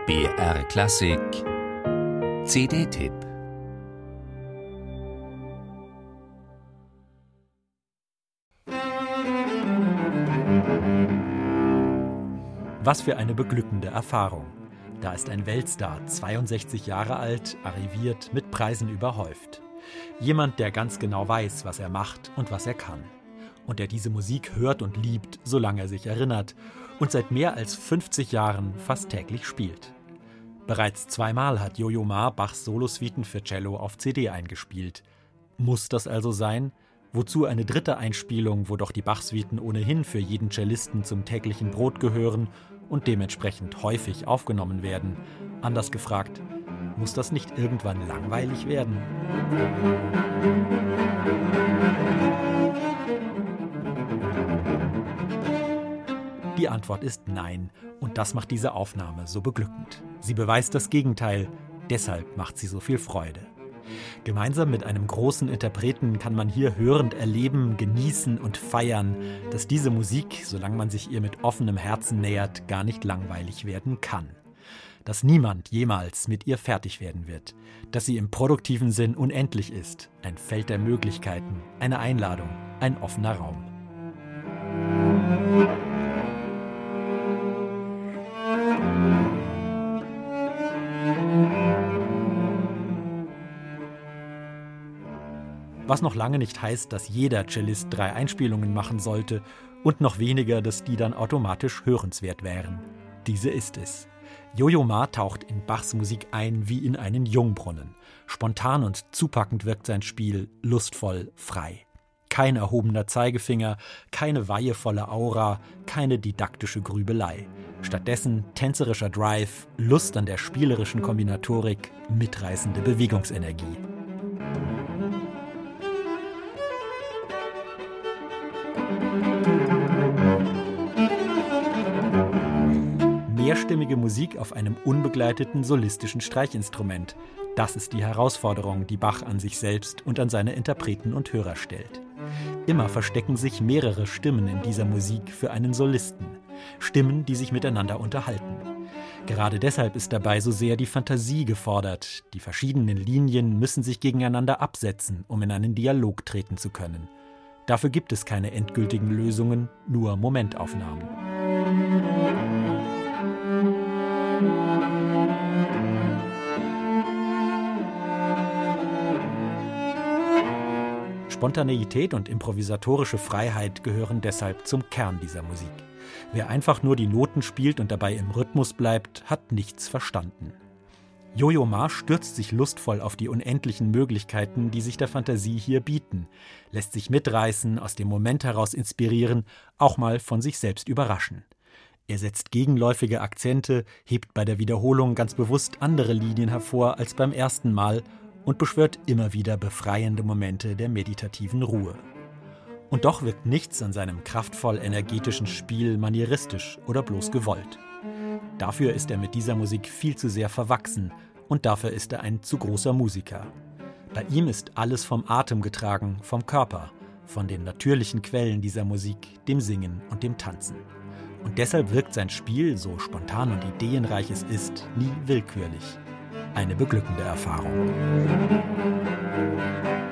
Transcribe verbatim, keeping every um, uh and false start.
B R Klassik C D-Tipp. Was für eine beglückende Erfahrung. Da ist ein Weltstar, zweiundsechzig Jahre alt, arriviert, mit Preisen überhäuft. Jemand, der ganz genau weiß, was er macht und was er kann. Und der diese Musik hört und liebt, solange er sich erinnert und seit mehr als fünfzig Jahren fast täglich spielt. Bereits zweimal hat Yo-Yo Ma Bachs Solosuiten für Cello auf C D eingespielt. Muss das also sein? Wozu eine dritte Einspielung, wo doch die Bach-Suiten ohnehin für jeden Cellisten zum täglichen Brot gehören und dementsprechend häufig aufgenommen werden? Anders gefragt, muss das nicht irgendwann langweilig werden? Die Antwort ist nein, und das macht diese Aufnahme so beglückend. Sie beweist das Gegenteil, deshalb macht sie so viel Freude. Gemeinsam mit einem großen Interpreten kann man hier hörend erleben, genießen und feiern, dass diese Musik, solange man sich ihr mit offenem Herzen nähert, gar nicht langweilig werden kann. Dass niemand jemals mit ihr fertig werden wird, dass sie im produktiven Sinn unendlich ist, ein Feld der Möglichkeiten, eine Einladung, ein offener Raum. Was noch lange nicht heißt, dass jeder Cellist drei Einspielungen machen sollte und noch weniger, dass die dann automatisch hörenswert wären. Diese ist es. Yo-Yo Ma taucht in Bachs Musik ein wie in einen Jungbrunnen. Spontan und zupackend wirkt sein Spiel, lustvoll, frei. Kein erhobener Zeigefinger, keine weihevolle Aura, keine didaktische Grübelei. Stattdessen tänzerischer Drive, Lust an der spielerischen Kombinatorik, mitreißende Bewegungsenergie. Mehrstimmige Musik auf einem unbegleiteten solistischen Streichinstrument. Das ist die Herausforderung, die Bach an sich selbst und an seine Interpreten und Hörer stellt. Immer verstecken sich mehrere Stimmen in dieser Musik für einen Solisten. Stimmen, die sich miteinander unterhalten. Gerade deshalb ist dabei so sehr die Fantasie gefordert. Die verschiedenen Linien müssen sich gegeneinander absetzen, um in einen Dialog treten zu können. Dafür gibt es keine endgültigen Lösungen, nur Momentaufnahmen. Spontaneität und improvisatorische Freiheit gehören deshalb zum Kern dieser Musik. Wer einfach nur die Noten spielt und dabei im Rhythmus bleibt, hat nichts verstanden. Yo-Yo Ma stürzt sich lustvoll auf die unendlichen Möglichkeiten, die sich der Fantasie hier bieten, lässt sich mitreißen, aus dem Moment heraus inspirieren, auch mal von sich selbst überraschen. Er setzt gegenläufige Akzente, hebt bei der Wiederholung ganz bewusst andere Linien hervor als beim ersten Mal und beschwört immer wieder befreiende Momente der meditativen Ruhe. Und doch wirkt nichts an seinem kraftvoll energetischen Spiel manieristisch oder bloß gewollt. Dafür ist er mit dieser Musik viel zu sehr verwachsen und dafür ist er ein zu großer Musiker. Bei ihm ist alles vom Atem getragen, vom Körper, von den natürlichen Quellen dieser Musik, dem Singen und dem Tanzen. Und deshalb wirkt sein Spiel, so spontan und ideenreich es ist, nie willkürlich. Eine beglückende Erfahrung.